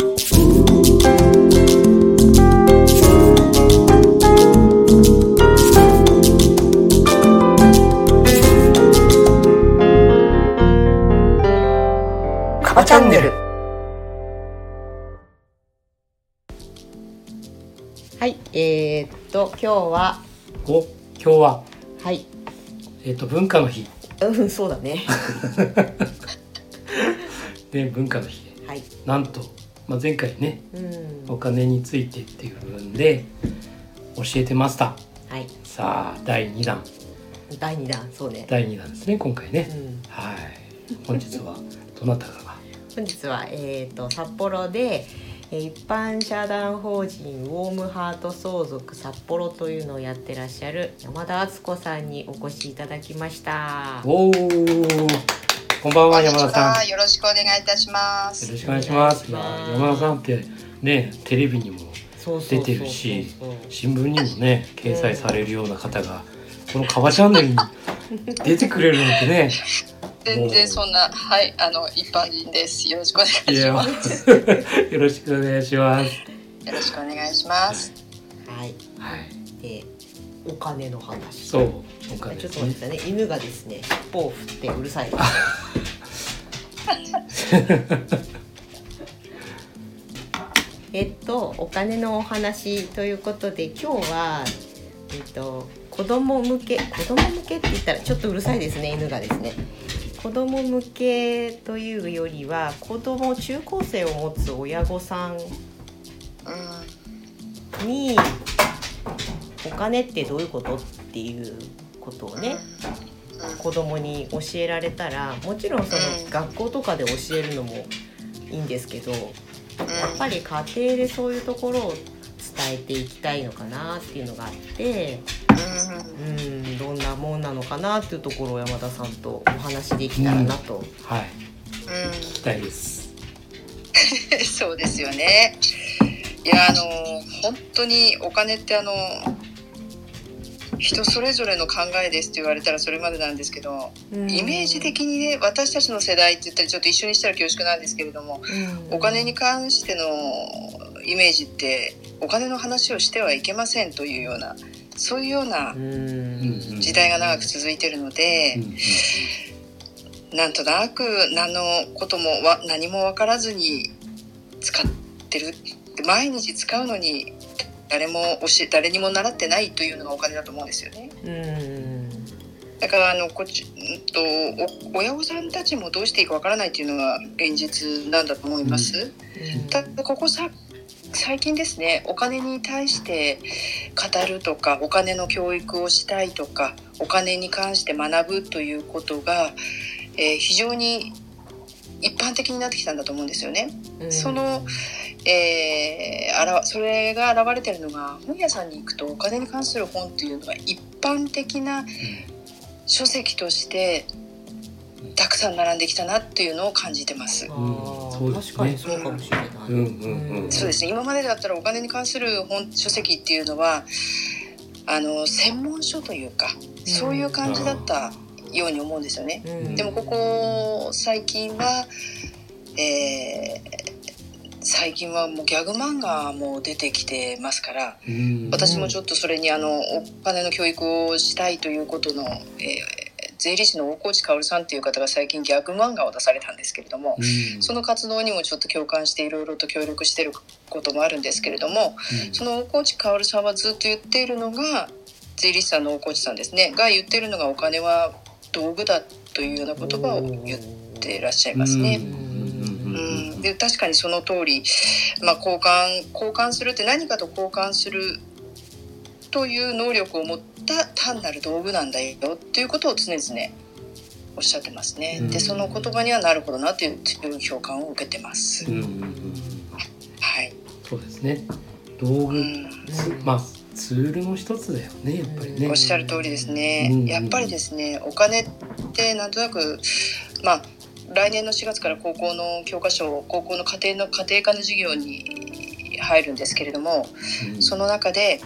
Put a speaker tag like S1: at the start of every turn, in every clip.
S1: カバチャンネル。はい、
S2: 今日は
S1: はい、
S2: 文化の日
S1: そうだね。
S2: で文化の日で、
S1: はい、
S2: なんと、前回ね、お金についてっていう部分で教えてました。
S1: はい。
S2: さあ第2弾、
S1: そうね。
S2: 第2弾ですね今回ね。はい。本日はどなたかが
S1: 本日は札幌で一般社団法人ウォームハート相続札幌というのをやってらっしゃる山田敦子さんにお越しいただきました。
S2: おー、こんばんは山田さん。
S3: よろしくお願いいたします。
S2: よろしくお願いします。山田さんってね、テレビにも出てるし、新聞にもね掲載されるような方がこのカバチャンネルに出てくれるなんてね。
S3: 全然そんな、はい、一般人です。よろしくお願いします。
S2: よろしくお願いします。
S3: よろしくお願いします。
S1: はい。はい。で、お金の話。
S2: そう、お金、ね。
S1: ちょっと待ってね、犬がですね、尻尾を振ってうるさい。お金のお話ということで、今日は子供向けって言ったらちょっとうるさいですね、犬がですね。子供向けというよりは中高生を持つ親御さんにお金ってどういうことっていうことをね、子供に教えられたら、もちろんその学校とかで教えるのもいいんですけど、やっぱり家庭でそういうところを伝えていきたいのかなっていうのがあって、どんなもんなのかなっていうところを山田さんとお話できたらなと、
S2: はい、聞きたいです。
S3: そうですよね。いや本当にお金って人それぞれの考えですって言われたらそれまでなんですけど、イメージ的にね、私たちの世代って言ったらちょっと一緒にしたら恐縮なんですけれども、お金に関してのイメージってお金の話をしてはいけませんというような、そういうような時代が長く続いているので、なんとなく何のことも何も分からずに使ってる、毎日使うのに誰にも習ってないというのがお金だと思うんですよね。だから親御さんたちもどうしていいか分からないというのが現実なんだと思います。ただ最近ですね、お金に対して語るとか、お金の教育をしたいとか、お金に関して学ぶということが、非常に一般的になってきたんだと思うんですよね。それが現れているのが、本屋さんに行くとお金に関する本というのが一般的な書籍としてたくさん並んできたなっていうのを感じてます。
S1: そうですね、確かにそうかもしれない。
S3: そうですね。今までだったらお金に関する書籍っていうのは専門書というか、そういう感じだったように思うんですよね。でもここ最近は、最近はもうギャグ漫画も出てきてますから、私もちょっとそれにお金の教育をしたいということの、税理士の大河内薫さんという方が最近ギャグ漫画を出されたんですけれども、その活動にもちょっと共感していろいろと協力していることもあるんですけれども、その大河内薫さんはずっと言っているのが、税理士さんの大河内さんですねが言っているのが、お金は道具だというような言葉を言っていらっしゃいますね。で確かにその通り、交換するって何かと交換するという能力を持った単なる道具なんだよっていうことを常々おっしゃってますね。でその言葉にはなるほどなという強い共感を受けてます。はい。
S2: そうですね。道具、ツールの一つだよね、やっぱりね。
S3: おっしゃる通りですね。やっぱりですね、お金ってなんとなく来年の4月から高校の教科書、高校の家庭科の授業に入るんですけれども、その中で、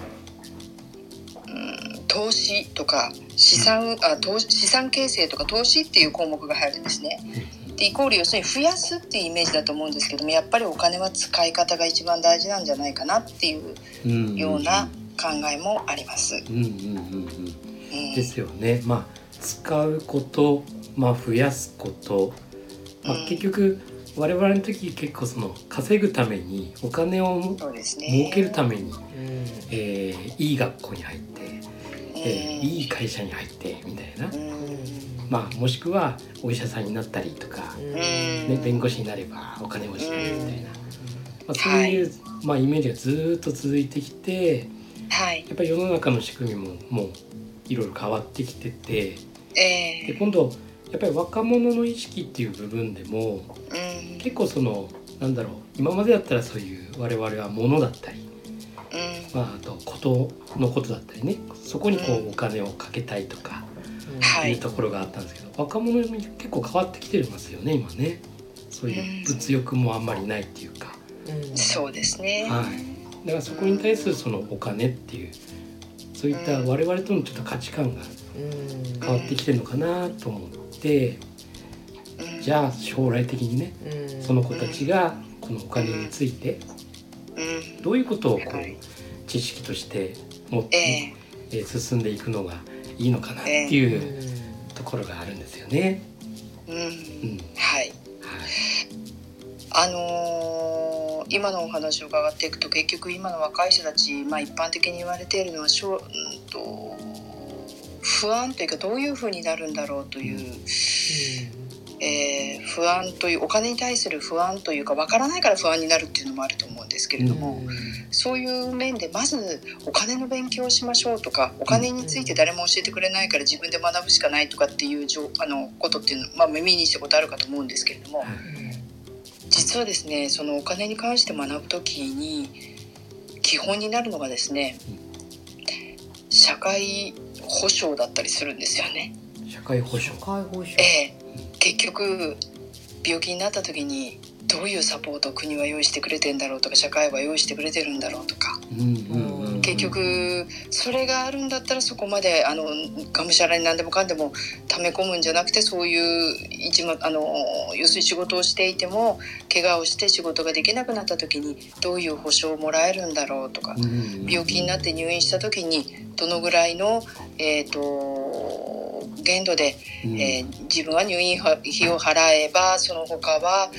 S3: 投資とか資産形成とか投資っていう項目が入るんですね。 でイコール要するに増やすっていうイメージだと思うんですけども、やっぱりお金は使い方が一番大事なんじゃないかなっていうような考えもあります。
S2: ですよね。まあ使うこと、まあ、増やすこと、まあ、結局我々の時結構その稼ぐためにお金を儲けるために、いい学校に入って、いい会社に入ってみたいな、まあ、もしくはお医者さんになったりとか、ね、弁護士になればお金持ちになるみたいな、まあ、そういう、まあ、イメージがずっと続いてきて、やっぱり世の中の仕組みももういろいろ変わってきてて、で今度やっぱり若者の意識っていう部分でも、結構そのなんだろう、今までだったらそういう我々は物だったり、まあ、あとことだったりね、そこにこうお金をかけたいとかいうところがあったんですけど、若者に結構変わってきてますよね今ね。そういう物欲もあんまりないっていうか、
S3: そうですね、
S2: はい、だからそこに対するそのお金っていう、そういった我々とのちょっと価値観が変わってきてるのかなと思って、じゃあ将来的にね、その子たちがこのお金についてどういうことをこう知識として持って、進んでいくのがいいのかなっていうところがあるんですよね。
S3: はい、今のお話を伺っていくと、結局今の若い人たち、まあ、一般的に言われているのは不安というか、どういうふうになるんだろうという、不安という、お金に対する不安というか、わからないから不安になるっていうのもあると思うんですけれども、そういう面でまずお金の勉強をしましょうとか、お金について誰も教えてくれないから自分で学ぶしかないとかっていうことっていうの、まあ、耳にしたことあるかと思うんですけれども、実はですね、そのお金に関して学ぶときに基本になるのがですね、社会保障だったりするんですよね。
S2: 社会保障。
S3: 結局病気になった時にどういうサポートを国は用意してくれてんだろうとか、社会は用意してくれてるんだろうとか、結局それがあるんだったら、そこまでがむしゃらに何でもかんでも溜め込むんじゃなくて、そういう要するに仕事をしていても怪我をして仕事ができなくなった時にどういう保障をもらえるんだろうとか、病気になって入院した時にどのぐらいの限度で、自分は入院費を払えばその他は、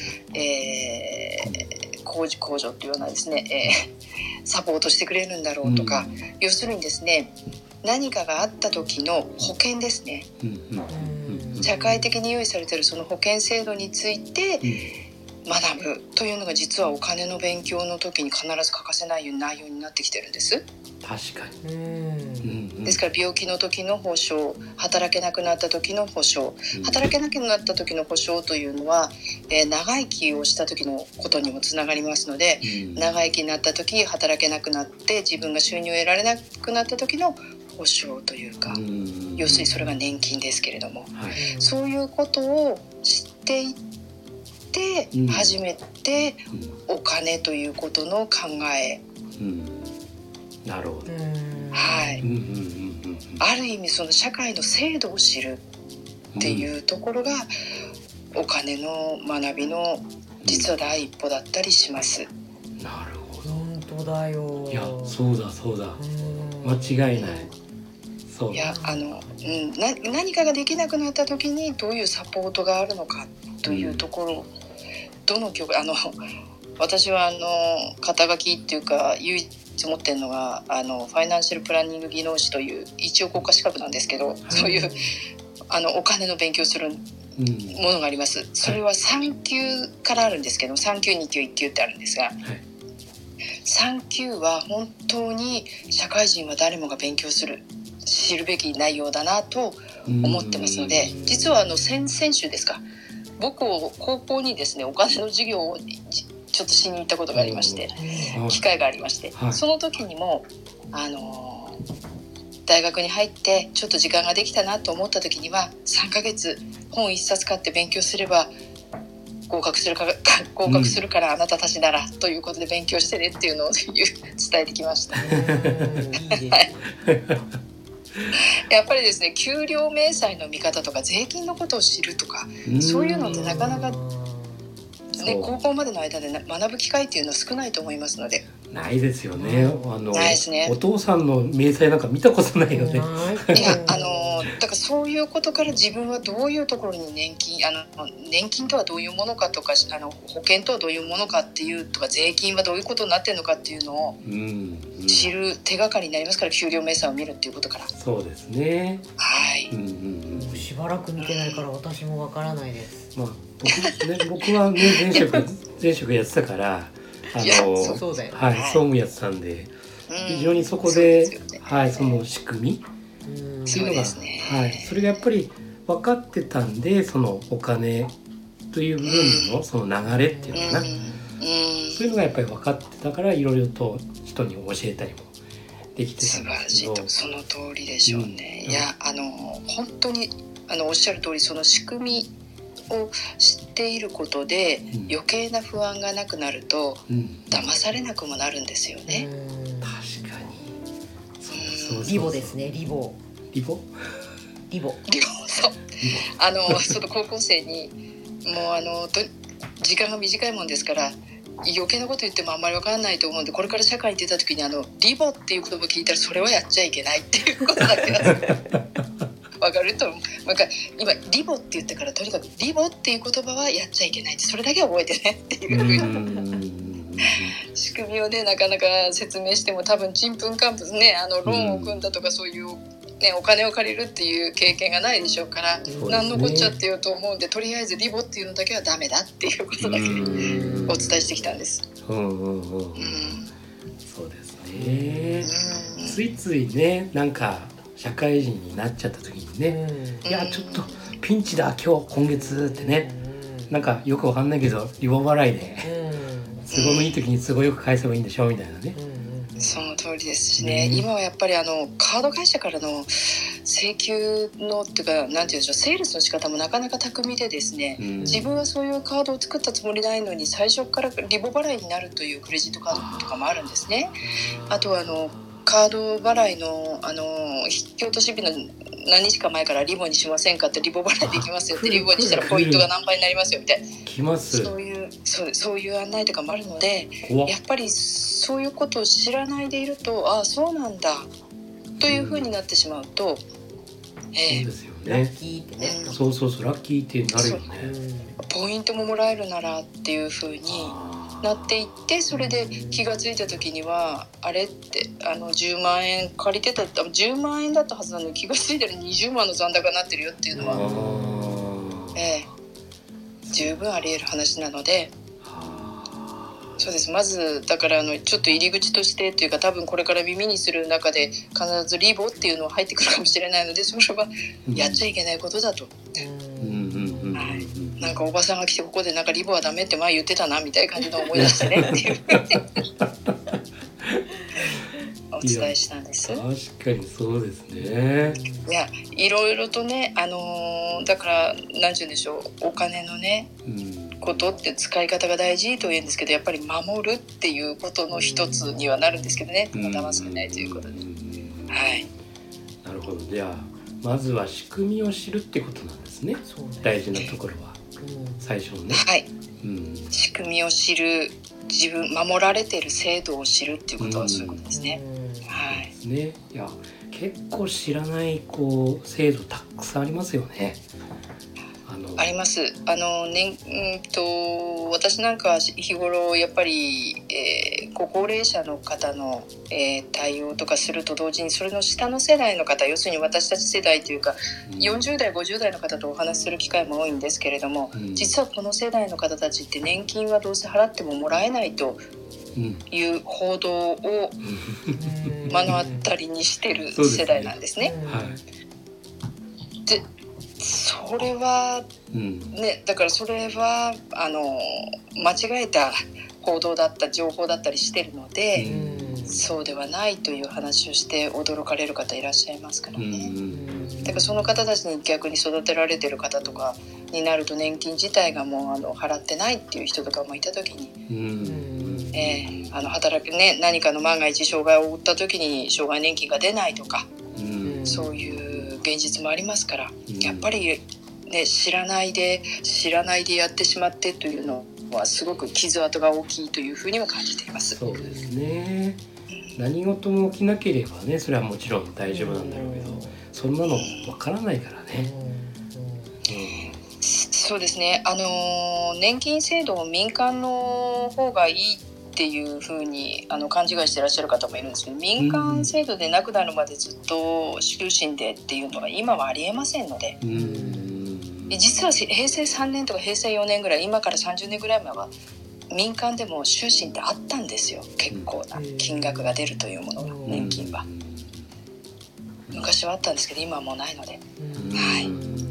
S3: 控除というようなですね、サポートしてくれるんだろうとか、要するにですね、何かがあった時の保険ですね、社会的に用意されているその保険制度について学ぶというのが、実はお金の勉強の時に必ず欠かせない内容になってきてるんです。
S2: 確かに。
S3: ですから病気の時の保障、働けなくなった時の保障、働けなくなった時の保障というのは、長生きをした時のことにもつながりますので、長生きになった時、働けなくなって自分が収入を得られなくなった時の保障というか、要するにそれが年金ですけれども、そういうことを知っていって初めてお金ということの考え、
S2: なるほど、
S3: はい、ある意味その社会の制度を知るっていうところが、お金の学びの実は第一歩だったりします。
S2: なるほど。
S1: 本当だよ。
S2: いや、そうだ間違いない。
S3: そう。いや、何かができなくなった時にどういうサポートがあるのかというところ、どの曲私は肩書きっていうか唯一持ってるのがファイナンシャルプランニング技能士という一応国家資格なんですけど、そういうお金の勉強するものがあります。それは3級からあるんですけど、3級2級1級ってあるんですが、3級は本当に社会人は誰もが勉強する、知るべき内容だなと思ってますので、実は先週ですか、僕を高校にですね、お金の授業をちょっとしに行ったことがありまして、機会がありまして、その時にも大学に入ってちょっと時間ができたなと思った時には、3ヶ月本1冊買って勉強すれば合格するからあなたたちならということで勉強してねっていうのを伝えてきました。 やっぱりですね、給料明細の見方とか税金のことを知るとか、そういうのってなかなか、ね、高校までの間で学ぶ機会っていうのは少ないと思いますので。
S2: ないですよね。
S3: ないですね。
S2: お父さんの明細なんか見たことないよね。
S3: いや、だからそういうことから自分はどういうところに年金とはどういうものかとか、保険とはどういうものかっていうとか、税金はどういうことになってるのかっていうのを知る手がかりになりますから、給料明細を見るっていうことから。
S2: そうですね。
S3: はい。
S1: しばらく見てないから私もわからないです。
S2: まあ僕はね前職やってたから。
S1: そうだよね。
S2: はい、総務やってたんで、非常にそこで、はい、その仕組みっていうのが、はい、それがやっぱり分かってたんで、そのお金という部分のその流れっていうのかな、そういうのがやっぱり分かってたから、いろいろと人に教えたりもできてたんですけど。
S3: 素晴らしいと、その通りでしょうね。いや、本当におっしゃる通り、その仕組みを知っていることで余計な不安がなくなると、騙されなくもなるんですよね。
S2: 確かに。
S1: そうリボですね。リボ
S3: そうその高校生にもう時間が短いもんですから、余計なこと言ってもあんまり分からないと思うんで、これから社会に出た時にリボっていう言葉を聞いたら、それはやっちゃいけないっていうことだけは分かると思う。今リボって言ったから、とにかくリボっていう言葉はやっちゃいけないって、それだけは覚えてねっていう仕組みをね、なかなか説明しても多分ちんぷんかんぷんね、ローンを組んだとかそういうね、お金を借りるっていう経験がないでしょうから、何のこっちゃっていうと思うんで、とりあえずリボっていうのだけはダメだっていうことだけお伝えしてきたんです。
S2: そうですね。ついついね、なんか社会人になっちゃった時にね、いやちょっとピンチだ今月ってね、なんかよくわかんないけどリボ払いで都合のいい時に都合よく返せばいいんでしょみたいなね。
S3: その通りですしね、今はやっぱりカード会社からの請求のっていうか、なんていうんでしょう、セールスの仕方もなかなか巧みでですね、自分はそういうカードを作ったつもりないのに最初からリボ払いになるというクレジットカードとかもあるんですね。あとはカード払いの引き落とし日の何日か前からリボにしませんかって、リボ払いできますよって、リボにしたらポイントが何倍になりますよみたいな、
S2: 来ます。
S3: そういう案内とかもあるので、やっぱりそういうことを知らないでいると、ああそうなんだというふうになってしまうと、
S2: そうですよね。
S1: ラッキーってね、
S2: そうラッキーってなるよね。
S3: ポイントももらえるならっていうふうになっていって、それで気がついた時にはあれって10万円借りてた、10万円だったはずなのに気がついたら20万の残高になってるよっていうのは、十分あり得る話なので、そうです。まずだからちょっと入り口としてっていうか、多分これから耳にする中で必ずリボっていうのは入ってくるかもしれないので、それはやっちゃいけないことだと。なんかおばさんが来てここでなんかリボはダメって前言ってたなみたいな感じの思い出してねっていうお伝えしたんです。
S2: 確かにそうですね。
S3: いや、いろいろとね、だから何て言うんでしょう、お金のね、ことって使い方が大事と言うんですけど、やっぱり守るっていうことの一つにはなるんですけどね、騙されないということで、はい。
S2: なるほど。じゃあまずは仕組みを知るってことなんですね。大事なところは、最初のね。
S3: はい。仕組みを知る、自分守られている制度を知るっていうことはそういうことですね。はい。
S2: ね、いや結構知らない制度たくさんありますよね。
S3: あります。私なんか日頃やっぱり、ご高齢者の方の、対応とかすると同時に、それの下の世代の方、要するに私たち世代というか、40代50代の方とお話しする機会も多いんですけれども、実はこの世代の方たちって年金はどうせ払ってももらえないという報道を目の当たりにしてる世代なんですね。でそれはね、だからそれは間違えた報道だった情報だったりしてるので、そうではないという話をして驚かれる方いらっしゃいますからね。だからその方たちに逆に育てられてる方とかになると、年金自体がもう払ってないっていう人とかもいた時に、働くね、何かの万が一障害を負った時に障害年金が出ないとか、そういう現実もありますから、やっぱりね、知らないでやってしまってというのはすごく傷跡が大きいというふうにも感じています。
S2: そうですね、何事も起きなければね、それはもちろん大丈夫なんだろうけど、そんなのわからないからね。
S3: そうですね、年金制度を民間の方がいいっていうふうに勘違いしてらっしゃる方もいるんですけど、民間制度でなくなるまでずっと終身でっていうのが今はありえませんので、実は平成3年とか平成4年ぐらい、今から30年ぐらい前は民間でも終身ってあったんですよ。結構な金額が出るというものが、年金は昔はあったんですけど今はもうないので、はい、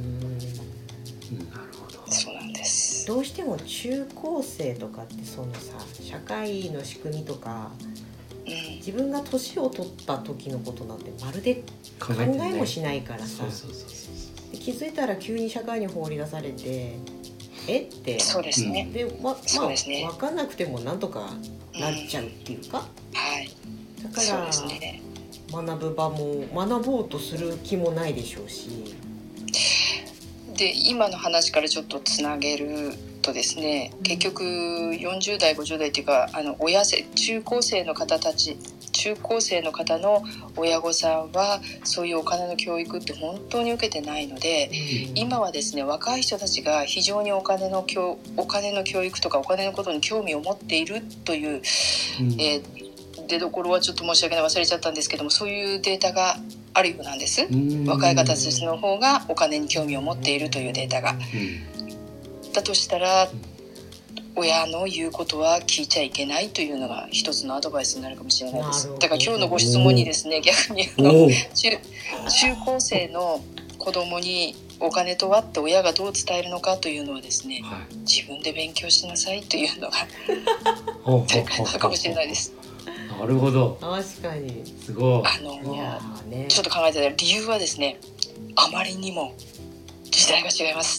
S3: そうなんです。
S1: どうしても中高生とかってそのさ、社会の仕組みとか、自分が年を取った時のことなんてまるで考えもしないからさ、気づいたら急に社会に放り出されてって、
S3: そうですね、
S1: でそうですね、分かんなくてもなんとかなっちゃうっていうか、
S3: はい、
S1: だから、ね、学ぶ場も学ぼうとする気もないでしょうし、
S3: で今の話からちょっとつなげるとですね、結局40代50代っていうか中高生の方の親御さんはそういうお金の教育って本当に受けてないので、今はですね、若い人たちが非常にお金の教育とかお金のことに興味を持っているという、出どころはちょっと申し訳ない、忘れちゃったんですけども、そういうデータがあるようなんです。若い方たちの方がお金に興味を持っているというデータが、だとしたら親の言うことは聞いちゃいけないというのが一つのアドバイスになるかもしれないです。だから今日のご質問にですね、逆に中高生の子供にお金とはって親がどう伝えるのかというのはですね、自分で勉強しなさいというのが正解なのかもしれないです。
S2: なるほど、
S1: 確かに
S2: すごい。
S3: ちょっと考えてた理由はですね、あまりにも時代が違います。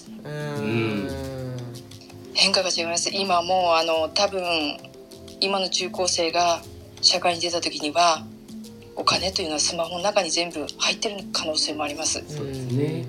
S3: 変化が違います。今もう多分今の中高生が社会に出た時にはお金というのはスマホの中に全部入ってる可能性もあります。
S2: そうですね。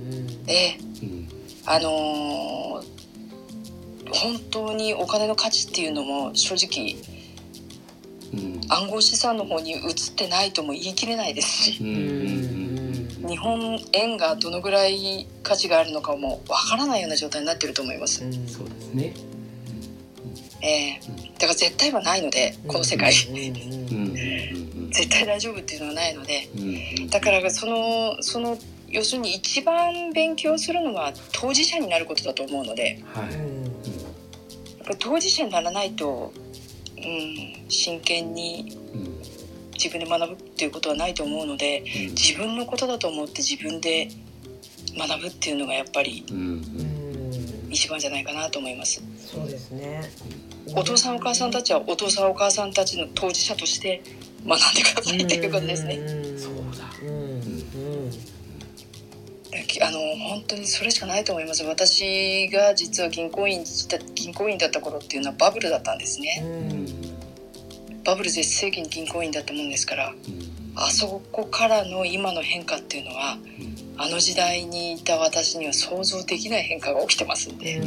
S3: 本当にお金の価値っていうのも正直、暗号資産の方に移ってないとも言い切れないですし、日本円がどのぐらい価値があるのかもわからないような状態になっていると思います。
S2: そうですね。
S3: だから絶対はないので、この世界絶対大丈夫っていうのはないので、だからその要するに一番勉強するのは当事者になることだと思うので、やっぱり当事者にならないと、真剣に自分で学ぶっていうことはないと思うので、自分のことだと思って自分で学ぶっていうのがやっぱり一番じゃないかなと思います。
S1: そうですね。
S3: お父さんお母さんたちはお父さんお母さんたちの当事者として学んでくださいということですね。
S2: そうだ。
S3: 本当にそれしかないと思います。私が実は銀行員だった頃っていうのはバブルだったんですね。バブル絶盛期に銀行員だったもんですから、あそこからの今の変化っていうのは、あの時代にいた私には想像できない変化が起きてますんで、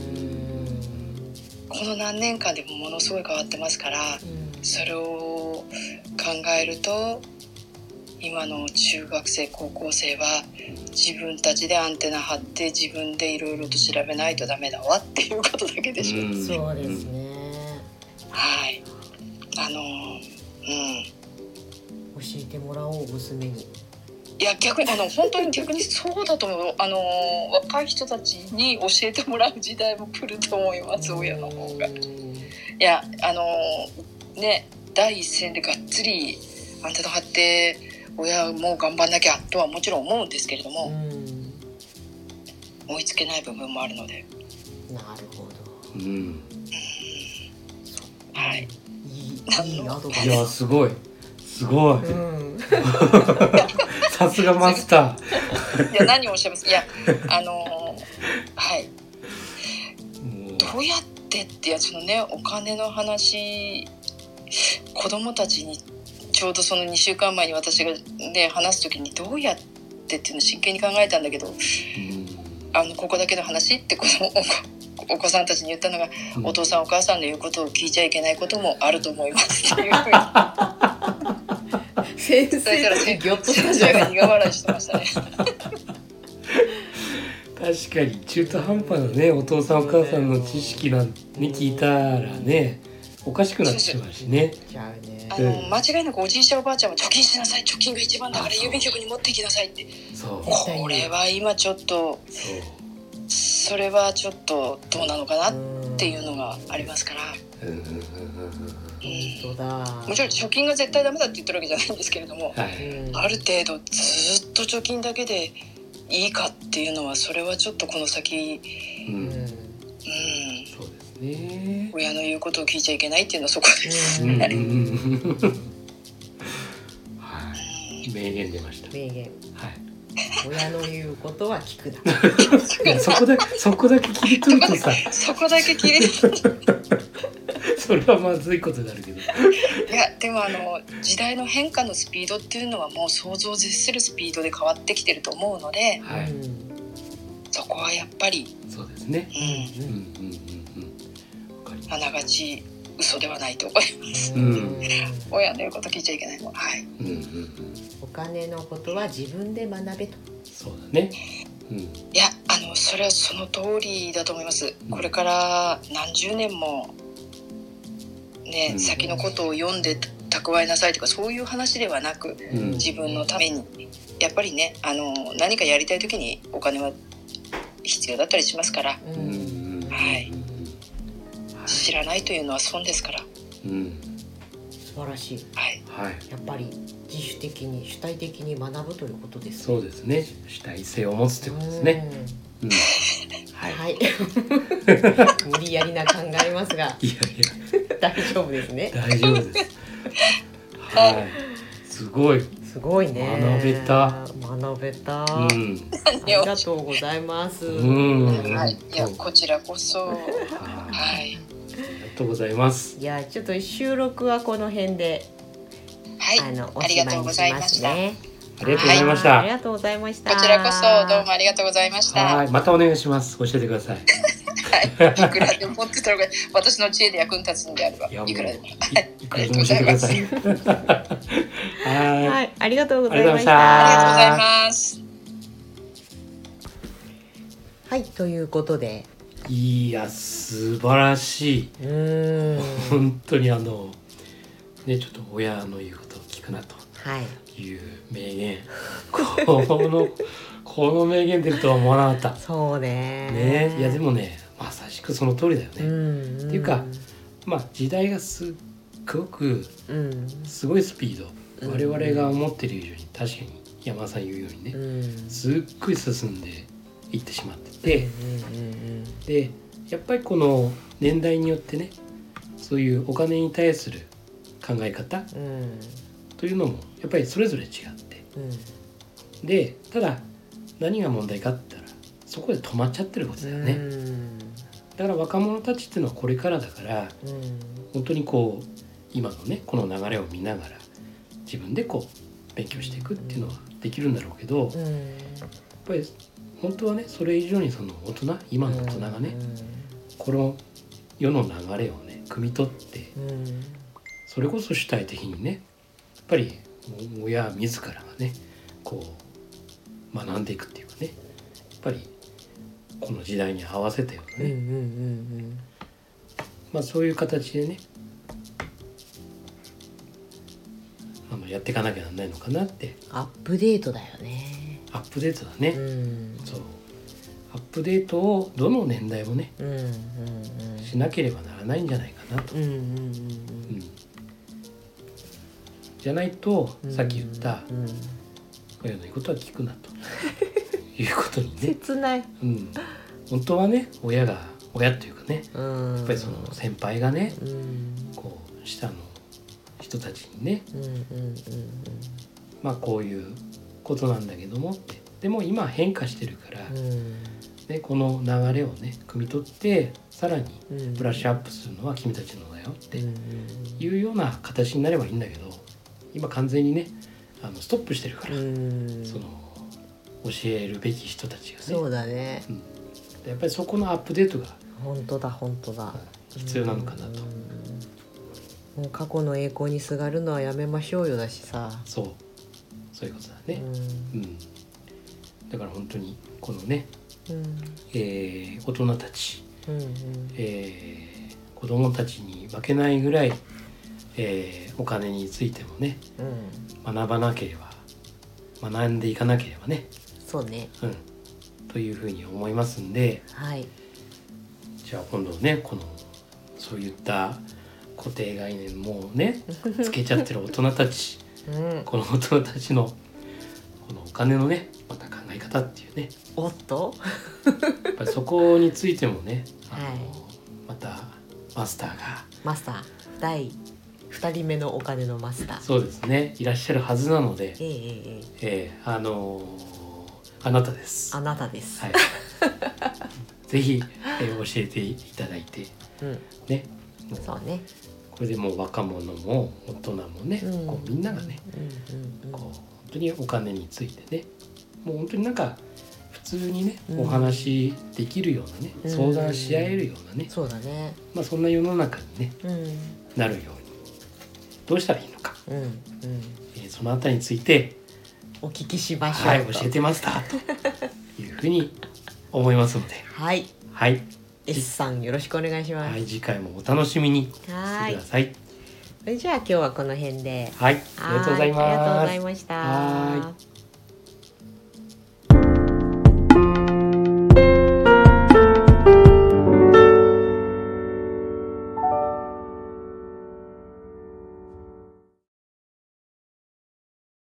S3: この何年間でもものすごい変わってますから、それを考えると今の中学生高校生は自分たちでアンテナ張って自分でいろいろと調べないとダメだわっていうことだけでしょう。
S1: そうですね。
S3: はい。
S1: 教えてもらおう娘に。
S3: いや逆に本当に逆にそうだと思う。若い人たちに教えてもらう時代も来ると思います。親の方が。いやね、第一線でがっつりアンテナ張って親も頑張んなきゃとはもちろん思うんですけれども、追いつけない部分もあるので。
S1: なるほど。
S3: はい。
S1: いいアドバイス。
S2: いやすごい。さすがマスタ
S3: ー。いや何をおっしゃいます。いやはい。どうやってってやつのね、お金の話、子供たちにちょうどその2週間前に私がね話すときにどうやっってっていうのを真剣に考えたんだけど、ここだけの話ってお子さんたちに言ったのが、お父さんお母さんの言うことを聞いちゃいけないこともあると思いますっていうふうに
S1: 先生たちギョッとしたじゃん。
S3: 先生が苦笑いしてましたね。
S2: 確かに中途半端なねお父さんお母さんの知識なんに聞いたらねおかしくなってしまうしね。
S3: 間違いなくおじいちゃんおばあちゃんは貯金しなさい、貯金が一番だから郵便局に持っていきなさいって。
S2: そう
S3: これは今ちょっとそれはちょっとどうなのかなっていうのがありますから。
S1: 本当だ。
S3: もちろん貯金が絶対ダメだって言ってるわけじゃないんですけれども、
S2: はい、
S3: ある程度ずっと貯金だけでいいかっていうのはそれはちょっとこの先、
S2: そうですね。
S3: 親の言うことを聞いちゃいけないっていうのはそこですね。
S2: はい、名言出ました。
S1: 名言。
S2: はい。
S1: 親の言うことは聞くな。
S2: いやそこだけ切り取るとさ、
S3: そこだけ切り取る。
S2: それはまずいことになるけど。
S3: いやでも時代の変化のスピードっていうのはもう想像を絶するスピードで変わってきてると思うので、
S2: はい、
S3: そこはやっぱり
S2: そうですね。
S3: あながち嘘ではないと思います。親の言うこと聞いちゃいけないもん。はい。
S1: お金のことは自分で学べと。
S2: そうだね。
S3: いやそれはその通りだと思います。これから何十年もね、先のことを読んで蓄えなさいとかそういう話ではなく、自分のためにやっぱりね何かやりたい時にお金は必要だったりしますから、はい、知らないというのは損ですから、
S1: 素晴らしい、
S3: はい、
S1: やっぱり自主的に主体的に学ぶということですね。
S2: そうですね。主体性を持つということですね。
S1: はい、無理やりな考えますが、
S2: いや
S1: 大丈夫ですね。
S2: 大丈夫です。はい、すごい
S1: ね。
S2: 学べた。
S1: ありがとうございます。
S3: いやこちらこそ。はい。
S2: ありがとうございます。
S1: いやちょっと収録はこの辺で、おしまいにしますね。
S2: ありがとうございました。
S1: ありがとうございました。
S3: こちらこそどうもありがとうございました。
S2: はい、またお願いします。教えてください。
S3: はい、いくらでも持ってたのが私の知恵で役に立つのであればいくらでも。
S2: いくらでも教えてください。
S1: はい、ありがとうございました。
S3: ありがとうございます。
S1: はい、ということで。
S2: いや素晴らしい。本当にねちょっと親の言うことを聞くなという名言。この名言出るとは思わなかった。
S1: そうね。
S2: ね、いやでもねまさしくその通りだよね。っていうか時代がすっごくすごいスピード、我々が思ってる以上に確かに山田さん言うようにね、すっごい進んでいってしまってて、でやっぱりこの年代によってねそういうお金に対する考え方というのもやっぱりそれぞれ違って、でただ何が問題かって言ったらそこで止まっちゃってることだよね。だから若者たちっていうのはこれからだから、本当にこう今のねこの流れを見ながら自分でこう勉強していくっていうのはできるんだろうけど、やっぱり本当はねそれ以上にその今の大人がね、この世の流れをね汲み取って、それこそ主体的にねやっぱり親自らがねこう学んでいくっていうかね、やっぱりこの時代に合わせたようなね、そういう形でねやっていかなきゃなんないのかなって。
S1: アップデートだよね。
S2: アップデートだね。そうアップデートをどの年代もね、しなければならないんじゃないかなと。じゃないとさっき言った親の言うことは聞くなということにね。
S1: 切ない。
S2: 本当はね親というかね、やっぱりその先輩がね、こう下の人たちにね、こういうことなんだけどもって、でも今変化してるから、ね、この流れをね汲み取ってさらにブラッシュアップするのは君たちのだよっていうような形になればいいんだけど、今完全にねストップしてるから、その教えるべき人たちがね、
S1: そうだね、
S2: やっぱりそこのアップデートが
S1: 本当だ
S2: 必要なのかなと。
S1: もう過去の栄光にすがるのはやめましょうよだしさ。
S2: そういうことだね。だから本当にこのね、大人たち、子供たちに負けないぐらい、お金についてもね、学んでいかなければね。
S1: そうね。
S2: というふうに思いますんで、じゃあ今度ね、そういった固定概念もねつけちゃってる大人たち、この大人たちのこのお金のねまた考え方っていうね、
S1: おっと
S2: やっぱりそこについてもね、またマスター
S1: 第2人目のお金のマスター、
S2: そうですね、いらっしゃるはずなので、あなたです。
S1: あなたです。
S2: ぜひ、教えていただいて、ね。
S1: そうね。
S2: これでもう若者も大人もね、こうみんながね、こう本当にお金についてね、もう本当になんか普通にね、お話できるようなね、相談し合えるようなね、
S1: そうだね。
S2: そんな世の中にね、なるようにどうしたらいいのか、そのあたりについて
S1: お聞きしましょう。
S2: 教えてましたというふうに思いますので、
S1: S さんよろしくお願いします。
S2: 次回もお楽しみにしてください。
S1: それじゃあ今日はこの辺で。
S2: ありがとうございます。
S1: ありがとうございました。